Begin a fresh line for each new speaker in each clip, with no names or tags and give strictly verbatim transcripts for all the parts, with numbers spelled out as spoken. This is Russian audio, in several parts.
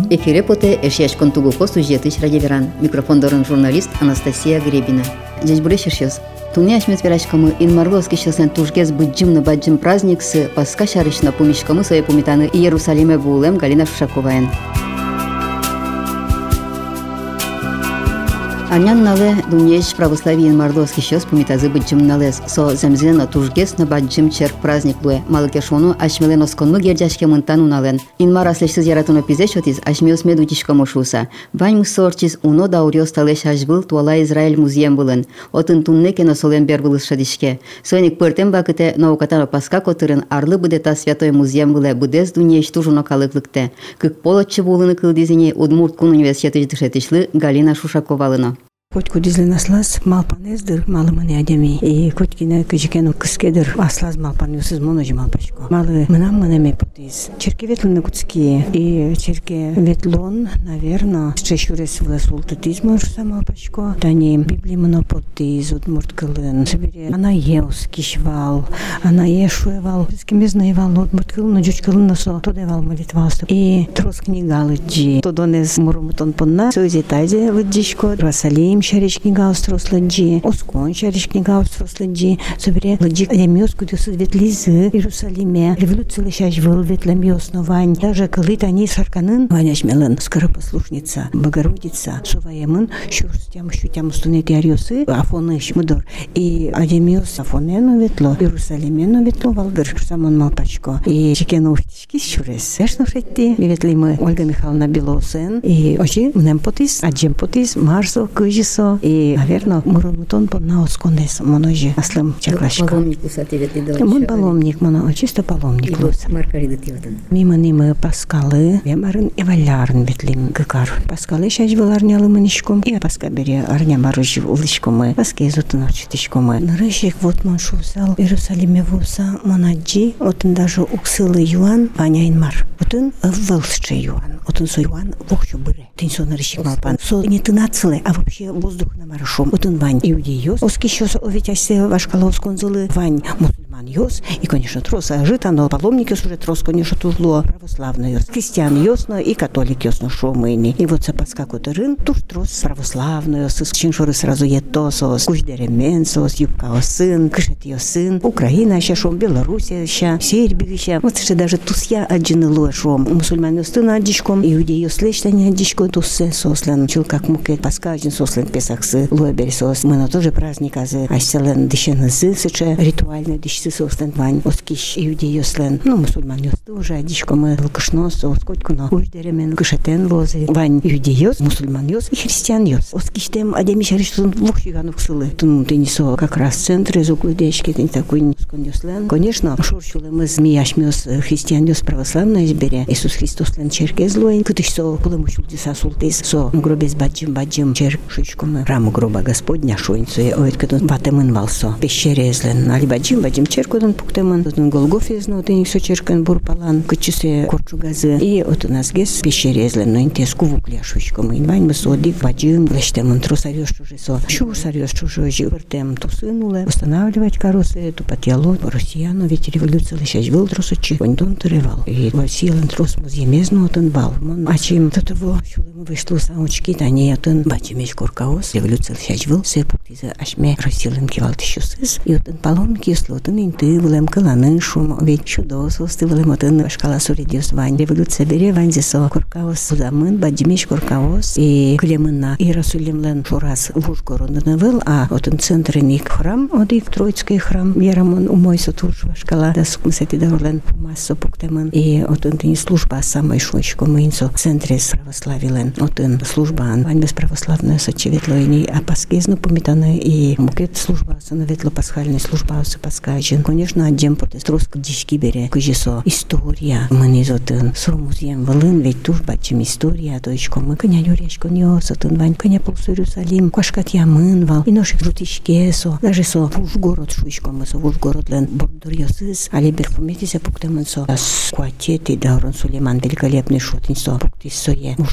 Эфире поте эшияш контугуко сюжеты радиоверан. Микрофондорын журналист Анастасия Гребина. Здесь будет шершес. Туне ашмет верашкамы инмарловский шелсен тужгез быджим на баджим праздник с паска шарышна помешкамы своей помитаны Иерусалиме булем Галина Шушаковаен. Анян нале дунеж православие мордовский щас помитазы быджим налез со земзена тужгес на баджим черк праздник луе малыкешону ашмелен осконну гердяшке мынтану нален инмар аслешсыз яратуно пизешотиз ашмеус медутишко мошуса вань сорчиз уно даурёс талеш ажбыл туала Израиль музеем булын отын тунне кено солен бербылыс шадишке соник пыртем бакыте наукатано паска котырын арлы быдета святой музеем буле быдес дунеж тужуно калыклыкте кык полотчы булыны кылдизине удмурткун университети дышетишлы Галина Шушаковалына.
Котку дизлен аслаз малпанездыр малымыны адеми и коткина кыжикену кыскедыр аслаз малпанюсыз моножи малпашко малы мынам мынаме путиз черке ветлыны куцки и черке ветлон наверно чешурес власултутиз можса малпашко тани библи монопотиз удмурткылын собере она еус кишвал она ешуевал скимезнаевал удмурткылын ножучкылын насо тодевал молитвалсту и трос книгалыджи тодонез мурумутон понна сөзетайзе лыджишко Расалим шарички гаустрослы джи, Оскон шарички гаустрослы джи, собере лджи лемиос кудюсы ветлизы Иерусалиме, революция шаш выл ветлемиос новань, даже кылыт они сарканын, ваняш мелын, скоропослушница, Богородица, шуваемын, шурстям, шутям устунети ариосы, афоныш мудор, и адемиос афонену ветло, Иерусалимену ветло валдыр, самон малпачко, и чекену уштички шурес. Эшно шетти, ветлимы Ольга Михайловна Белосен, и очи мнемпотис, аджемпотис, Марсо, Кыжис, и, наверное, мурумутон на оскондес моножи аслам чаклашка.
Паломник усати ветлидал.
Мон паломник, моно чисто паломник.
Маргарита Тиватан.
Мимо нимы паскалы, вемарын эвалярн ветлим гыкар. Паскалы шаш выларнялы манишком, и паска бере арня барыжи улышкомы, паски зутын очитишкомы. Нарышек вот мон шусал, Иерусалиме вуса монаджи, отын даже уксылы юан, ваняйн мар. Отын вылшче юан, отын со юан вухчу быре. Тын со нарышек малпан. Со не тынацылы, а вообще воздух на маршом. Отын вань иудеёс. Оски щас овитясе вашкалос конзолы вань мусульман ёс. И, конечно, трос ажита, но паломники уже трос, конечно, тужло православный ёс. Христиан ёс, но и католик ёс, но шо мыни. И вот запаска котырын туж трос православный ёс. Чиншоры сразу етосос, куждеременсос, юбка сын, кышет ёс сын. Украина ща шом, Белоруссия ща, Сербия ща. Вот что даже тусья аджины луэ шом. Мусульман ёс тына аджишком, иудей ёс лештани аджишко, туссе сослен. Чул как мукет паска аджин сослен песаксы луэберсос. Мы на тоже праздник азы. Айселен дишенызы сыче ритуальный дишсы сослен вань. Оскиш иудей ёслен. Ну, мусульман ёс тоже аджишко мы лукашнос, оскотьку но куждеремен, кышетен лозы. Вань иудей ёс, мусульман ёс и христиан ёс. Оскиштем адемишари что он двух юганов сылы. Тун ты несо как раз центр из углудечки, ты такой нискон ёслен. Конечно, шурчулы мы змеяш мёс христиан ёс православное избере. Иисус Христос лен черкез луэн. Кытыш со кулымушул диса султис. Со гробез баджим баджим черк шучком. Раму гроба Господня шуинцу. Оет катун батемын валсо. Пещерезлен. Али баджим баджим черкодун пуктемын. Тун голгофезно ты несо черкен бурпалан. Кычусе корчугазы. И от у нас гес пещерезлен. Но интес кувукля шучком. Инвань мы соди баджим. Лештемын тросарёш чужи со. Шу сарёш чужой живертем тусынуле. Устанавливать карусы. Тупатьяло. Россияну ведь революция лишь был тросучи. Ваньдон тырывал. И василен трос муземезно отын бал. А чем то того шулым вышло самочки. Да не отын бачимеш куркаос. Революция лишь был. Сепут из ашме Россилен кивал тищусыз. И отын паломки слотын инты вылем каланы шум. Ведь чудос остывалем отын шкала суридиос вань. Революция бере вань зесо куркаос. Удамын бачимеш куркаос. И клемына Иерусалимлен шурас в Ужгородный был. А отын центрник храм. Одик Троицкий храм. Ярамон умойсо туж шкала. Да сукмсети давлен массо пуктемын. И отын ты не служба самой шучку мынцо в центре православилен. Отын служба вань без православная сочеветлойни. А паскезну помитаны и мукет служба сановетло пасхальная служба с паскачин. Конечно, отдем потес троск дички бере. Кыжесо история. Мы из отын со музеем волын ведь туж бачим история. Точко мы коня юречко нёс отын вань коня полс Иерусалим. Кошкат ямын вал. И ношик жутишкесо. Даже со в Ужгород шучко мы со в Ужгородлен бордор ёсыз. Али берфуметися пуктемын со. Скуатети даурон Сулейман великолепный шутин со. Пуктис сое. Уже руин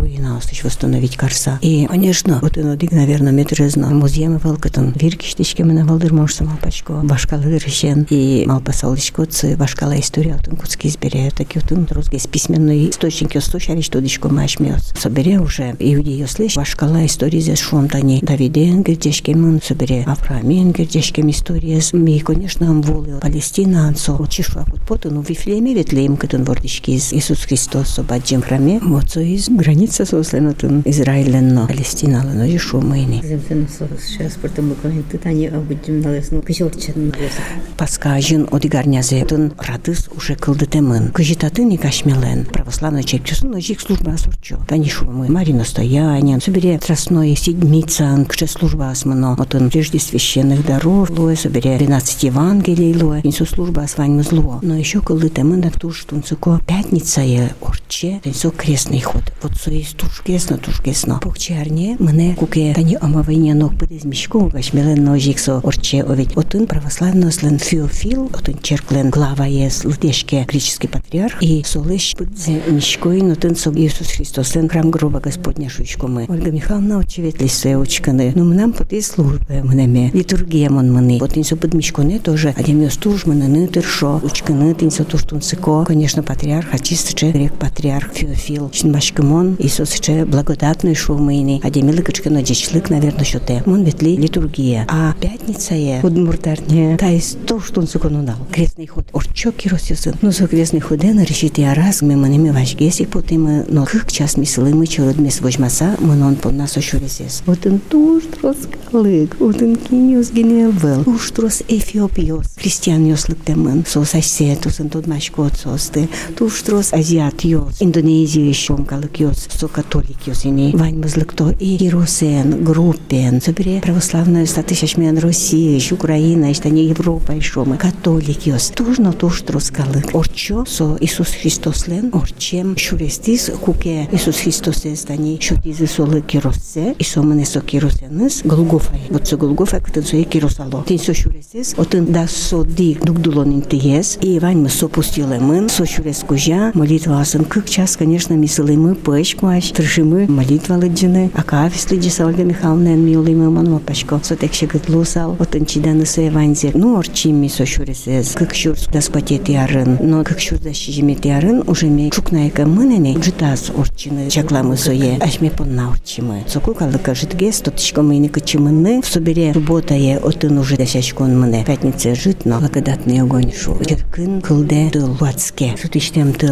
руина восстановить карса. И, конечно, вот он один, наверное, метрезно музеем велкатон виркиштичке мене валдырмошса малпачко башкалы решен и малпасалышкоцы башкала история отын куцки изберет таки отын розгес письменный источник остошали что дичко машмёс собере уже иудею слышь башкала история здесь шонтани Давиден гердешкем собере Авраамин гердешкем история ми, конечно, волил Палестина анцо чешва вот потом в Вифлееме ветлеем катон вордички из Иисус Христос обаджем храме вот со из граница сосленотын Израиленно Палестина но ешо мэйни
земтен сейчас потому как ты тани обаджем налез ну кожорчен
паскажин одигарнязе тон радыс уже кылдытемын кыжитатын и кашмелен православной церковь но жик служба сорчо тани шо мы Марина стояние собере трасной седмица к служба асмано отон прежде священных даров лое собере двенадцать евангелий лое инсу служба асвань зло но еще кылдытемын да туш тунцуко пятница е орче инсу крестный ход вот со есть туш кресно туш кресно покчарне мне куке тани омовение ног без мешку кашмелен но жик со орче овить отон православный слен Феофил отон черклен глава ес лдешке греческий патриарх и солыш подзе мешкой но тон со Иисус Христос слен храм гроба Господня шучко мы Ольга Михайловна очевидли свои очканы но нам по той службе мнеме литургия мон мны вот инсо под мешконе тоже адемё служманы нытыршо очканы инсо туштунцыко конечно патриарх очистче грек патриарх Феофил шинбашкымон Иисус че благодатный шумыни адемилы кычкано дечлык наверное шоте мон ветли литургия а пятница е подмуртарне та есть то что он законодал крестный ход орчо киросисын ну со крестный ходен решит я раз мы маними важгеси потом но как час мислы мы чород мес возьмаса монон по нас ошуресес вот он туш троскалык вот он киньос геневел туш трос эфиопиос христианиос лыктемен со сосетус он тот машкот состы туш трос азиатиос индонезия шом калыкиос со католикиос ини вань мазлыкто и иросен группен собере православная статышашмен Россия Украина что не Европа и шо мы католикиос тужно туш троскалык орчо со Иисус Христос лен орчем шурестис куке Иисус Христос эстани шутизы солы кироссе и со мене со киросенес Голгофа вот со Голгофа кутен со киросало тин со шурестис отен да со ди дугдулон интиес и вань мы со пустилемын со шурес кужа молитва асан как час конечно мислы мы пэш маш тршимы молитва лыджины акафис лыджиса Ольга Михайловна милый мы манмо пашко со текше гытлусал отен чиданы со еванзер ну орчими со шуресес как шурс даспатет ярын но как шурс дащижимет ярын уже ме чукнайка мынени джитас орчины чакламы сое ашме понна орчимы соку калыка житгес тотичко мыйны кычымыны в собере субботае отын уже десячкон мыне пятница житно благодатный огонь шу черкын кылде тыл луацке сутиштем тыл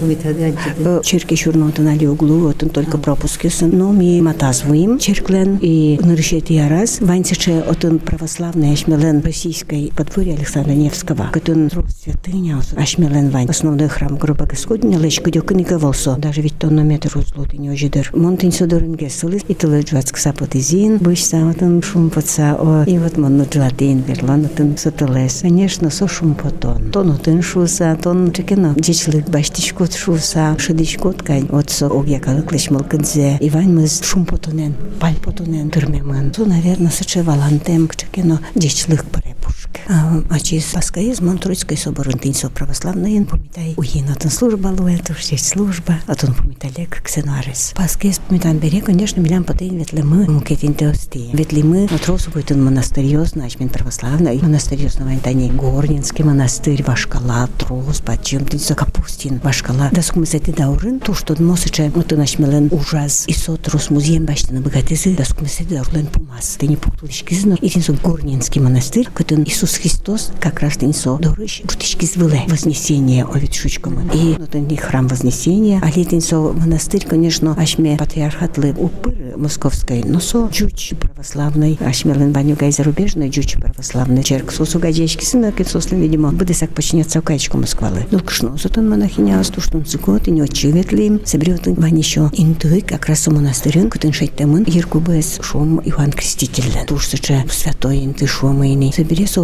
черки шурнотын али углу отын только пропускесын но ми матазвыим черклен и нарышет яраз ваньсече отын православный ашмелен российской подворье Александра Невского который святыня ашмелен вань основной храм гроба Господня лечь кудёкника волсо даже ведь тонометр узлоты не ожидер монтин содорын гесылы и тылы джвацк сапотизин быш самотын шумпоца о и вот монну джлатин верланотын сотылес конечно со шумпотон тонутын шуса тон чекено дечлык баштичкот шуса шидичкот кань от со огьякалык лечь малкынзе и вань мыз шумпотонен пальпотонен тырмемын то наверное сыче валантем чекено дечлык препушк ачис паскаиз Монтройской соборын тинсо православный помитай уинотын служба луэт уж есть служба а тон помиталек ксенуарес паскаиз помитан бере конечно милям потейн ветле мы мукетин теости ветли мы матросу буйтын монастырьёз начмен православный монастырьёз на вантане Горнинский монастырь Вашкала трос почем тинсо Капустин Вашкала да скумесети даурын то что мосыче вот начмелен ужас и со трос музеем баштаны богатызы да скумесети даурлен пумас ты не пуктулишкизно и тинсо Горнинский монастырь кытын Иисус Христос как раз тинсо дорыш жутички звыле вознесение овид шучком и вот не храм вознесения а летинсо монастырь конечно ашме патриархатлы упыры московской но со жуч православный ашмелен банюгай зарубежный жуч православный черк сосу гадечки сына кецослен видимо буде сак починяться каечку Москвалы долгшно сотон монахиня астуштун цикот и не очеветлим соберётын ванишо интуй как раз монастырен кутын шейтемын еркубес шом Иван Креститель тушсыче святой инты шомыйни собере со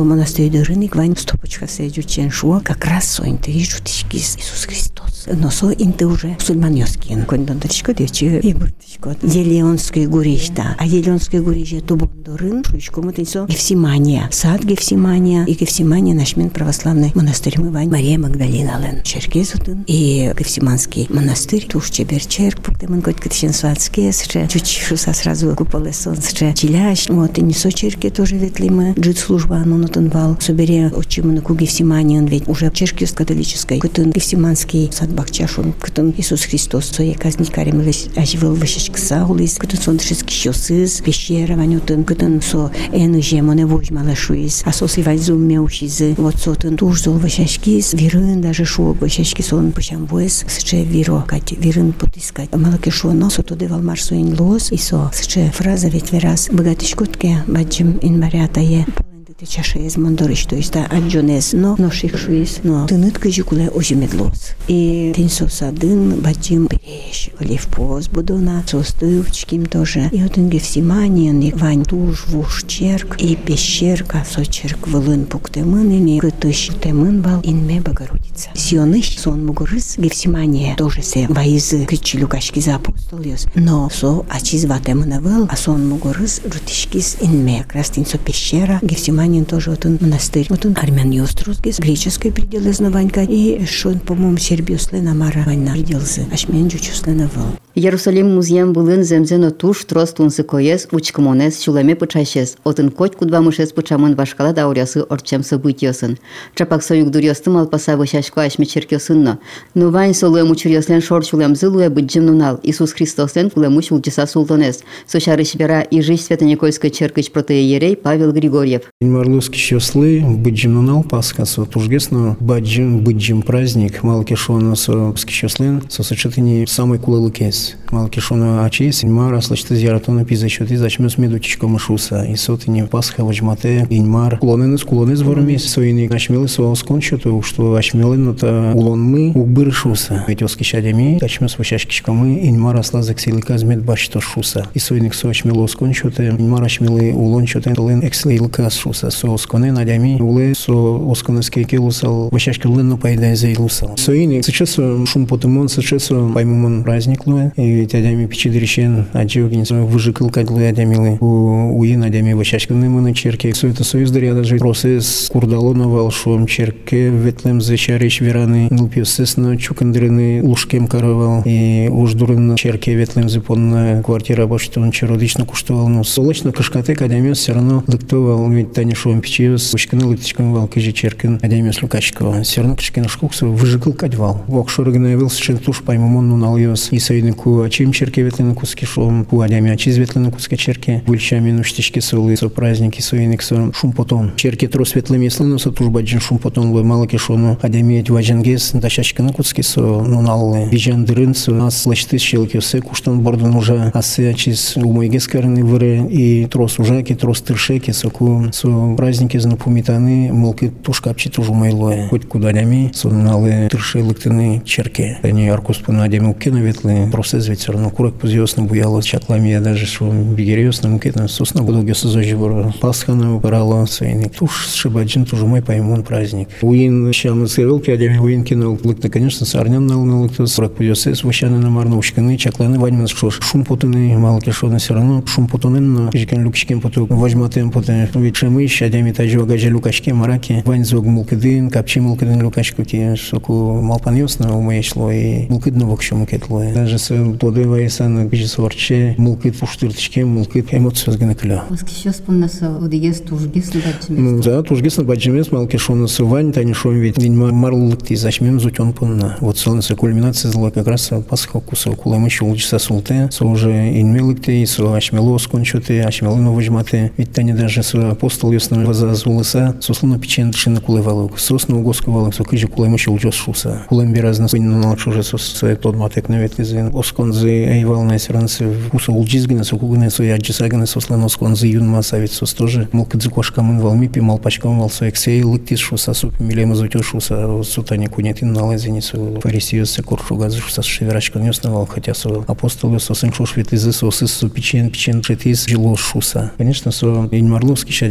монастырь рынок вань стопочка сойдет шо, как раз соинты и жутички Иисус Христос. Но со инты уже мусульман ёскин. Кондонточка девчи и буртичка. Елеонское гурища. А Елеонское гурища то бондорын, шучку мутинцо Гефсимания. Сад Гефсимания и Гефсимания нашмен православный монастырь мы вань Мария Магдалина лен. Черкезутын и Гефсиманский монастырь туш чеберчерк, пуктемын кот крещенсватские, чуть шуса сразу куполе солнце челящ. Вот и не со черке тоже ветли мы джит служба ну натонвал. Собере очим на куги Гефсимании, он ведь уже черкес католической. Кутын Гефсиманский сад бакчашун, кутын Иисус Христос, соя казникарем лишь аживал вышечка саулис, кутын сонтрешки щосыз, пещера ванютын, кутын со эну жемоне вожмала шуиз, а со сивай зум меушизы, вот сотын туж зол вышечкис, вирын даже шуок вышечкис он пущам войс, сче виро, кать вирын потискать. Малаки шуно, со туды валмар соин лос, и со сче фраза ведь вираз, богатышкутке, баджим инмарятае, ты чаша из мандориш, то есть да, аджонес, но ноших шуис, но ты нытка жикуле ожимедлос. И тень сосадын, батим береш, олив поз будона, состывчким тоже. И вот он Гефсиманиян, и вань туж вуш черк, и пещерка со черк вылын пуктемын, и кытыш темын бал инме Богородица. Сионыш сон мугурыс Гефсимания тоже се ваизы кычи люкашки за апостол ёс. Но со ачиз ватемына был, а сон мугурыс рутишкис инме, как раз тень со пещера Гефсимания тоже вот он монастырь. Вот он армян ёструзгис, греческой пределы знаванька, и шон, по-моему, Сербию слена мара война пределзы, ашмен жучу слена вал.
Иерусалим музеем булын земзено туш трос тунсы коес, учкмонес, чуламе пычащес, отын коть кудвамышес пычамын вашкала даурясы орчем событиосын. Чапак союк дурьостым алпаса вышашко ашме черкёсынно. Но вань солуем учурьослен шор чулем зылуе быджим нунал, Иисус Христослен кулемуч ултиса султонес. Сошарыш вера и жизнь Свято-Никольской черкыч протоиерей Павел Григорьев.
Марловский щослы, быджим нунал пасха, со тужгесно, баджим, быджим праздник, малкишона со скищослен, со сочетани самой кулалыкес. Малкишона ачис, инмар, слышит зиаратона пизачот, и зачем с медучечком мышуса, и сотни пасха вожмате, инмар, кулоненес, кулонес ворумес, соини, ашмелы со скончату, что ашмелы, но та улон мы, убыршуса, ведь оскищадями, зачем с вощашкичками, инмар, слазак силика, змед бачто шуса, и соиник со ашмело скончате, инмар, ашмелы улончате, толен экслейлка шуса, со осконе надями, уле, со осконеский келусал, вощашки лыну пайда зейлусал. Соиник, сейчас шум потемон, сейчас паймумон праздник луэ, и тядями пичидырищен, аджиогин, выжикал кадлуэ адямилы, у уин адями вощашкины мыны черки, со это союз дарья даже процесс курдалона волшом черке, ветлем зачарищ вераны, лупиосесно, чукандрыны, лужкем каравал, и уж дурын черке ветлем запонна квартира, башто он черодично куштовал, но солочно кашкатек адямиос все равно лыктовал, ведь Таня шоем пичиос, вышкины лыктичком вал, кижи черкин, адямиос лукачкова, все равно кашкина шкуксу выжикал кадвал. Вок шорогнавил сшен туш паймумон нуналиос, и союднику ачим черке ветлен куски шом, пу адями ачиз ветлен куска черке, выльчами нуштички солы, со праздники союдник со шум потом. Черке трос ветлем еслен, со туш баджин шум потом, лой мало кишону, адями эти ваджангес, дащачкина куски со нуналлы, вижан дырын, со нас лачты щелки, все куштан бордон уже, асе ачиз умойгес карны выры, и трос ужаки, трос тыршеки, соку, со праздники знапумитаны, молки тушка апчи тоже майлое, хоть куда адями, со нуналы тырши лыктыны черке, они аркус по надями укена ветлы, процесс ведь все равно курок позъёсно буяло, чатлами я даже что бигериосно мукетно, сосна буду геса зажибор, пасхана упирало, свейник, туш шибаджин тоже мой поймон праздник. Уин щам сырылки, адями уин кинул лыкта, конечно, сарнян нал на лыкта, сорок позъёсес, вощаны на марно ушканы, чакланы, вадьман шош, шум потыны, мало кишоны все равно, шум потыны, но жикен люкчикем поту, вожматем потыны, ведь шамыш, адями таджи вагажа люкачки, мараки, вань зог мулкадын, капчи мулкадын люкачку, ки соку малпаньёсно умешло, и мулкадно вокщо мукетло. Даже с подыва и сан бежис ворче, мулкит пуштыртичке, мулкит эмоции сгнекля.
Воскещёс поннаса одигес тужгес на баджимес.
Ну да, тужгес на баджимес, малкишона сувань, танишом ведь виньма марлыкти, зачмем зутён понна. Вот солнце кульминация зла как раз пасха куса кулемыш улчса султе, со уже инмелыкти, со ашмело скончоте, ашмело вожмате, ведь тани даже с апостол ясно возазулыса, сословно печен дышина кулевалок, сосну угосковалок, со кыжи кулемыш улчос шуса. Кулем биразна спынно налчуже со тот матек навет изен, осконзы эйвална сранцы вкуса улчизгина, со кугана со яджисагана сослано осконзы юн масавит сос тоже, молкадзы кошкамын валмипи, малпачкам вал со эксей, лыктис шуса, суп милема зутё шуса, сутани кунетин налазини, со фарисиос, со куршугазы шуса, шеверачка нёсна вал, хотя со апостол со сыншуш ветизы, со сыс, со печен, печен шетиз, жило шуса. Конечно, со инмарловский щадями,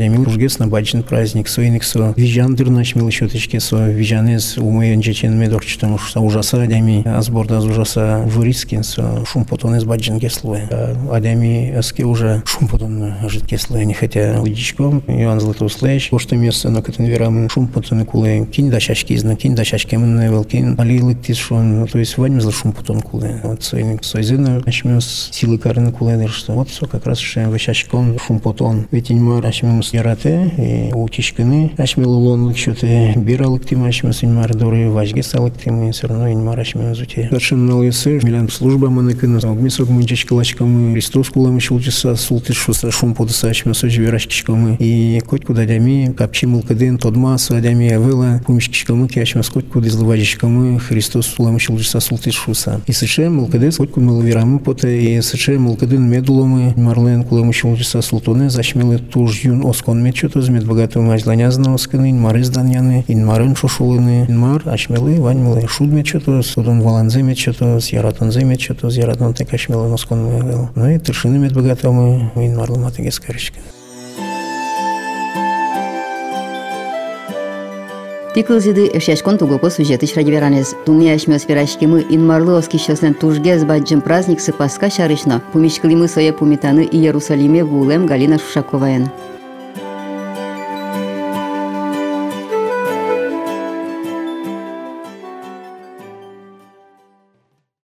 тургес на баджин праздник соиник со вижандыр начмел щеточки со вижанез умоен жечен медорчтом что ужаса адами азборда ужаса вырискин со шумпотон из баджин кеслуе адами аски уже шумпотон жит кеслуе не хотя удичком Иоанн Златоуслович что место на катен верам шумпотон куле кинь дашачки из на кинь дашачки мен велкин алилык тишон то есть ваним зл шумпотон куле вот соиник соизина начмес силы карны куле что вот все как раз что вещачком шумпотон ведь инмар начмес ярате и утичкины начмел лон что-то биралык тим начмес инмар доры важге салык тим все равно инмар начмес зуте совершенно налысы милан служба манекын огмисок мунчичкалачкам Христос кулам шулчиса султишуса шумпотса начмес живерачкичкам и коть куда дами капчимул каден тодмас адами авела пумчичкам кячмес коть куда зловажичкам Христос кулам шулчиса султишуса и сычем мулкадес коть куда малверам поте и сычем мулкаден медуломы марлен кулам шулчиса султоне зашмелы туж юн оскон мечото змет богатым ажланязна осканы инмар изданьяны инмарын шошулыны инмар ашмелы ваньмылы шуд мечото содон валанзе мечото зяратон зе мечото зяратон тек ашмелы оскон мывел ну и тыршины мет богатымы инмарлы матыгес карышка
Пиклзиды эшяшкон тугоко сюжеты шрадиверанез. Дуния ашмёс верашкимы инмарлы оскищослен тужгез баджим праздник сыпаска шарышна. Пумишклимы соя пумитаны Иерусалиме вулем Галина Шушаковаен.